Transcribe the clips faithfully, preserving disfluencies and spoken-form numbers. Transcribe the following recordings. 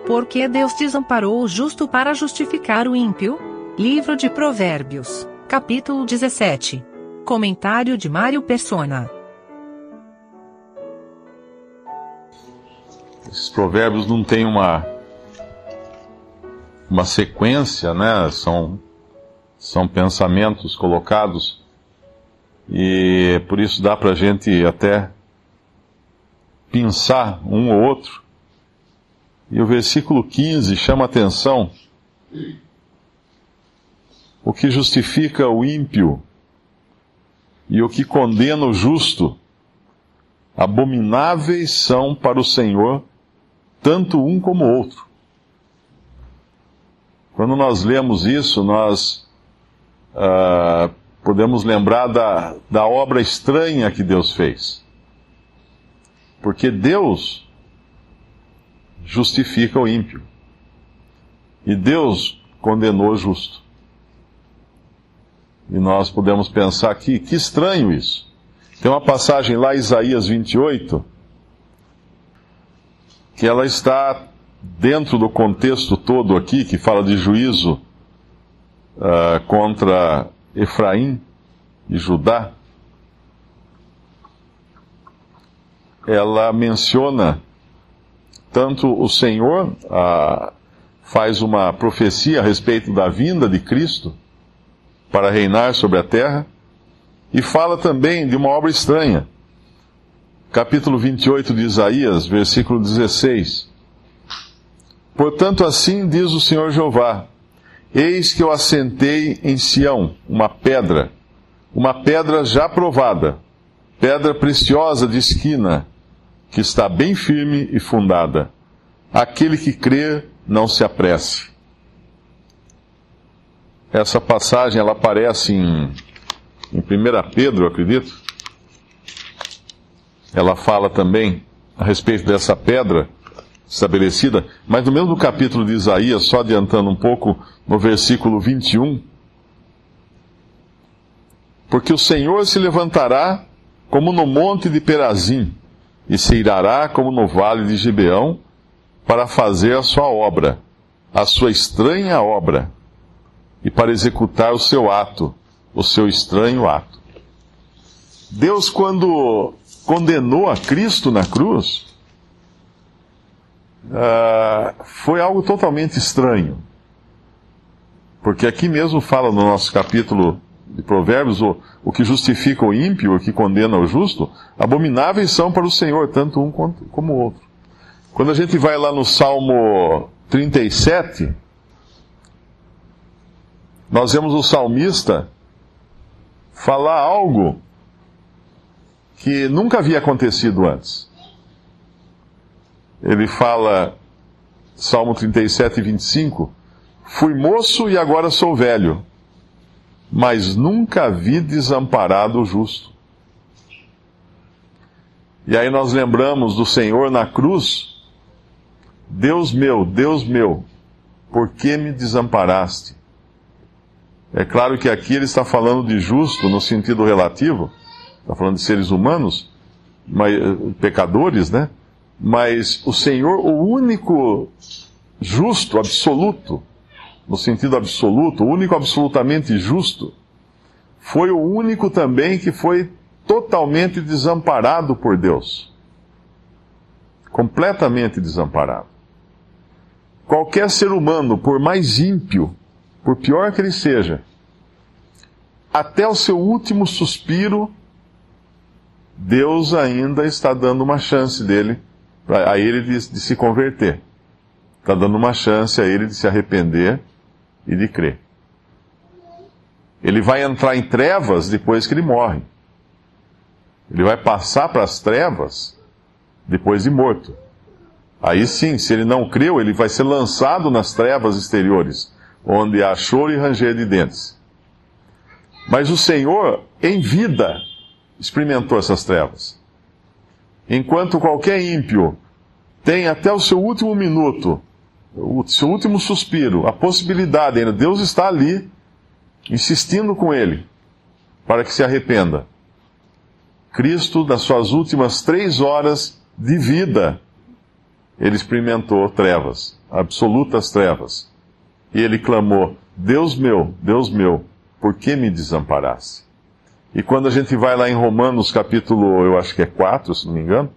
Por que Deus desamparou o justo para justificar o ímpio? Livro de Provérbios, capítulo dezessete. Comentário de Mário Persona. Esses provérbios não têm uma, uma sequência, né? São, são pensamentos colocados e por isso dá para a gente até pensar um ou outro. E o versículo quinze chama a atenção. O que justifica o ímpio e o que condena o justo, abomináveis são para o Senhor, tanto um como o outro. Quando nós lemos isso, nós uh, podemos lembrar da, da obra estranha que Deus fez. Porque Deus justifica o ímpio. E Deus condenou o justo. E nós podemos pensar aqui, que estranho isso. Tem uma passagem lá, Isaías vinte e oito, que ela está dentro do contexto todo aqui, que fala de juízo uh, contra Efraim e Judá. Ela menciona tanto o Senhor, uh, faz uma profecia a respeito da vinda de Cristo para reinar sobre a terra, e fala também de uma obra estranha. Capítulo vinte e oito de Isaías, versículo dezesseis. Portanto, assim diz o Senhor Jeová: eis que eu assentei em Sião uma pedra, uma pedra já provada, pedra preciosa de esquina, que está bem firme e fundada. Aquele que crê, não se apresse. Essa passagem, ela aparece em, em primeira Pedro, eu acredito. Ela fala também a respeito dessa pedra estabelecida, mas no mesmo capítulo de Isaías, só adiantando um pouco, no versículo vinte e um, porque o Senhor se levantará como no monte de Perazim, e se irará como no vale de Gibeão, para fazer a sua obra, a sua estranha obra, e para executar o seu ato, o seu estranho ato. Deus, quando condenou a Cristo na cruz, uh, foi algo totalmente estranho. Porque aqui mesmo fala no nosso capítulo de Provérbios, o, o que justifica o ímpio, o que condena o justo, abomináveis são para o Senhor, tanto um quanto, como o outro. Quando a gente vai lá no Salmo trinta e sete, nós vemos o salmista falar algo que nunca havia acontecido antes. Ele fala, Salmo trinta e sete, vinte e cinco, fui moço e agora sou velho, mas nunca vi desamparado o justo. E aí nós lembramos do Senhor na cruz: Deus meu, Deus meu, por que me desamparaste? É claro que aqui ele está falando de justo no sentido relativo, está falando de seres humanos, mas, pecadores, né? Mas o Senhor, o único justo, absoluto, no sentido absoluto, o único absolutamente justo, foi o único também que foi totalmente desamparado por Deus. Completamente desamparado. Qualquer ser humano, por mais ímpio, por pior que ele seja, até o seu último suspiro, Deus ainda está dando uma chance dele, a ele de, de se converter. Está dando uma chance a ele de se arrepender e de crer. Ele vai entrar em trevas depois que ele morre. Ele vai passar para as trevas depois de morto. Aí sim, se ele não creu, ele vai ser lançado nas trevas exteriores, onde há choro e ranger de dentes. Mas o Senhor, em vida, experimentou essas trevas. Enquanto qualquer ímpio tem até o seu último minuto, o seu último suspiro, a possibilidade ainda, Deus está ali, insistindo com ele, para que se arrependa. Cristo, nas suas últimas três horas de vida, ele experimentou trevas, absolutas trevas. E ele clamou: Deus meu, Deus meu, por que me desamparaste? E quando a gente vai lá em Romanos capítulo, eu acho que é quatro, se não me engano,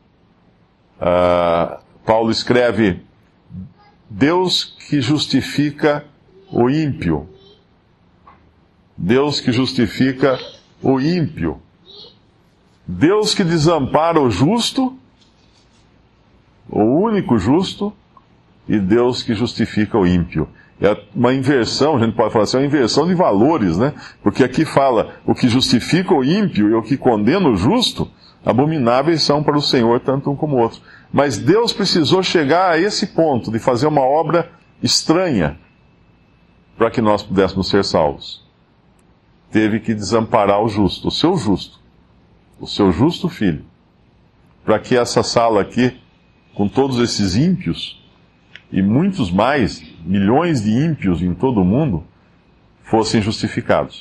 uh, Paulo escreve: Deus que justifica o ímpio. Deus que justifica o ímpio. Deus que desampara o justo, o único justo, e Deus que justifica o ímpio. É uma inversão, a gente pode falar assim, é uma inversão de valores, né? Porque aqui fala: o que justifica o ímpio e o que condena o justo, abomináveis são para o Senhor, tanto um como o outro. Mas Deus precisou chegar a esse ponto de fazer uma obra estranha para que nós pudéssemos ser salvos. Teve que desamparar o justo, o seu justo, o seu justo filho, para que essa sala aqui, com todos esses ímpios, e muitos mais, milhões de ímpios em todo o mundo, fossem justificados.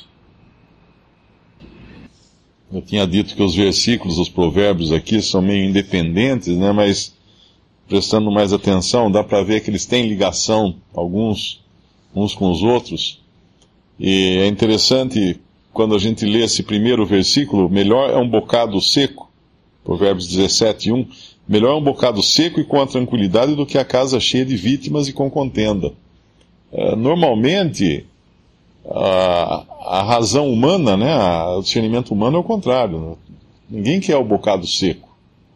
Eu tinha dito que os versículos, os provérbios aqui são meio independentes, né? Mas prestando mais atenção, dá para ver que eles têm ligação, alguns uns com os outros. E é interessante, quando a gente lê esse primeiro versículo: melhor é um bocado seco, Provérbios dezessete, um, melhor é um bocado seco e com a tranquilidade do que a casa cheia de vítimas e com contenda. É, normalmente, a, a razão humana, né, a, o discernimento humano é o contrário. Né? Ninguém quer o bocado seco.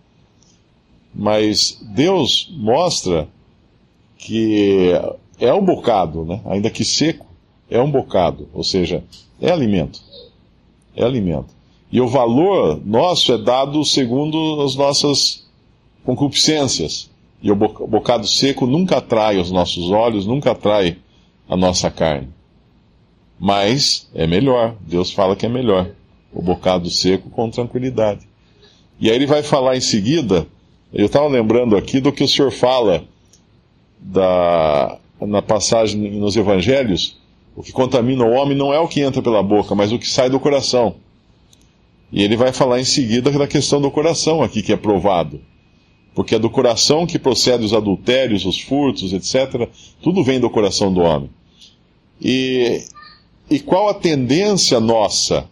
Mas Deus mostra que é um bocado, né? Ainda que seco, é um bocado, ou seja, é alimento. É alimento. E o valor nosso é dado segundo as nossas concupiscências. E o bocado seco nunca atrai os nossos olhos, nunca atrai a nossa carne. Mas é melhor, Deus fala que é melhor, o bocado seco com tranquilidade. E aí ele vai falar em seguida, eu estava lembrando aqui do que o Senhor fala da, na passagem nos Evangelhos: o que contamina o homem não é o que entra pela boca, mas o que sai do coração. E ele vai falar em seguida da questão do coração aqui, que é provado. Porque é do coração que procede os adultérios, os furtos, etcétera. Tudo vem do coração do homem. E, e qual a tendência nossa?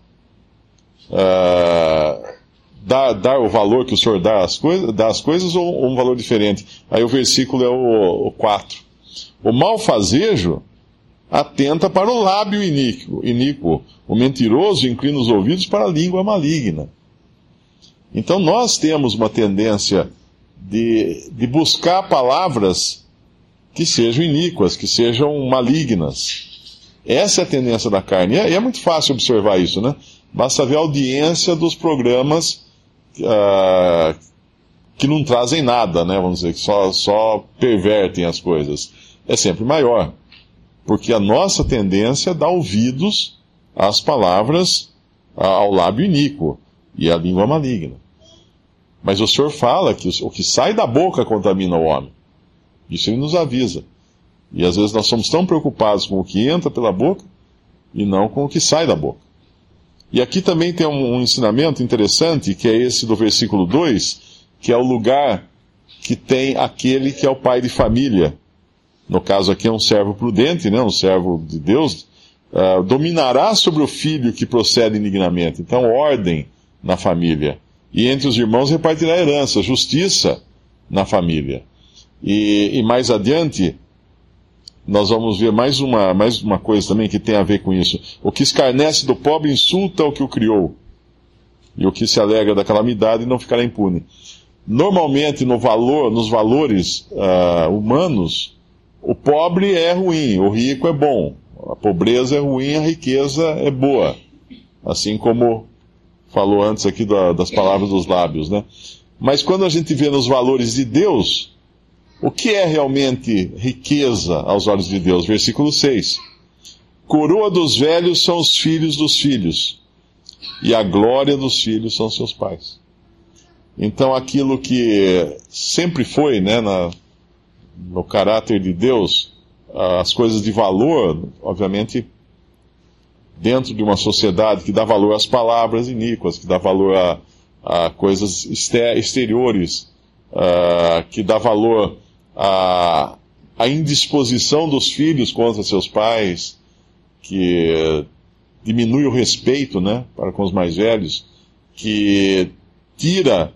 Uh, dar, dar o valor que o Senhor dá às coisas, dá às coisas ou, ou um valor diferente? Aí o versículo é o, o quatro. O malfazejo atenta para o lábio iníquo, iníquo. O mentiroso inclina os ouvidos para a língua maligna. Então nós temos uma tendência de, de buscar palavras que sejam iníquas, que sejam malignas. Essa é a tendência da carne. E é, é muito fácil observar isso, né? Basta ver a audiência dos programas uh, que não trazem nada, né? Vamos dizer, que só, só pervertem as coisas. É sempre maior. Porque a nossa tendência é dar ouvidos às palavras, ao lábio iníquo e à língua maligna. Mas o Senhor fala que o que sai da boca contamina o homem. Isso ele nos avisa. E às vezes nós somos tão preocupados com o que entra pela boca e não com o que sai da boca. E aqui também tem um, um ensinamento interessante, que é esse do versículo dois, que é o lugar que tem aquele que é o pai de família. No caso aqui é um servo prudente, né, um servo de Deus, uh, dominará sobre o filho que procede indignamente. Então, ordem na família. E entre os irmãos repartirá herança, justiça na família. E, e mais adiante, nós vamos ver mais uma, mais uma coisa também que tem a ver com isso. O que escarnece do pobre insulta o que o criou. E o que se alegra da calamidade não ficará impune. Normalmente, no valor, nos valores uh, humanos, o pobre é ruim, o rico é bom. A pobreza é ruim, a riqueza é boa. Assim como falou antes aqui da, das palavras dos lábios, né? Mas quando a gente vê nos valores de Deus, o que é realmente riqueza aos olhos de Deus? Versículo seis. Coroa dos velhos são os filhos dos filhos, e a glória dos filhos são seus pais. Então aquilo que sempre foi, né, na, no caráter de Deus, as coisas de valor, obviamente, dentro de uma sociedade que dá valor às palavras iníquas, que dá valor a, a coisas exteriores, uh, que dá valor à, à indisposição dos filhos contra seus pais, que diminui o respeito, né, para com os mais velhos, que tira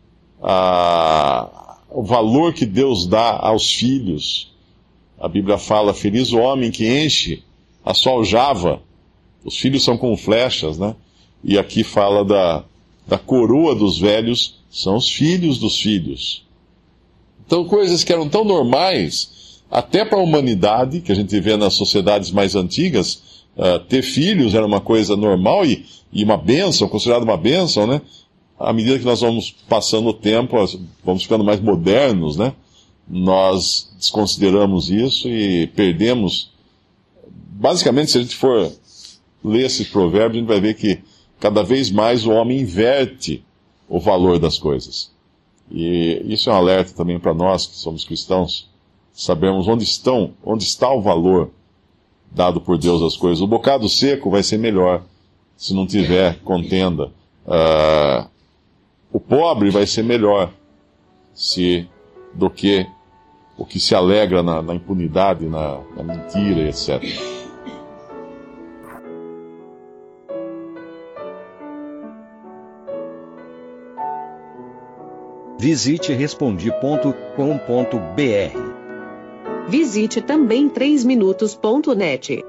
a, o valor que Deus dá aos filhos. A Bíblia fala, feliz o homem que enche a sua aljava. Os filhos são como flechas, né? E aqui fala da, da coroa dos velhos, são os filhos dos filhos. Então, coisas que eram tão normais, até para a humanidade, que a gente vê nas sociedades mais antigas, uh, ter filhos era uma coisa normal e, e uma bênção, considerada uma bênção, né? À medida que nós vamos passando o tempo, vamos ficando mais modernos, né? Nós desconsideramos isso e perdemos. Basicamente, se a gente for ler esse provérbio, a gente vai ver que cada vez mais o homem inverte o valor das coisas. E isso é um alerta também para nós que somos cristãos, sabermos onde estão, onde está o valor dado por Deus às coisas. O bocado seco vai ser melhor se não tiver contenda. Uh, o pobre vai ser melhor se do que o que se alegra na, na impunidade, na, na mentira, etcétera. Visite respondi ponto com ponto br. Visite também três minutos ponto net.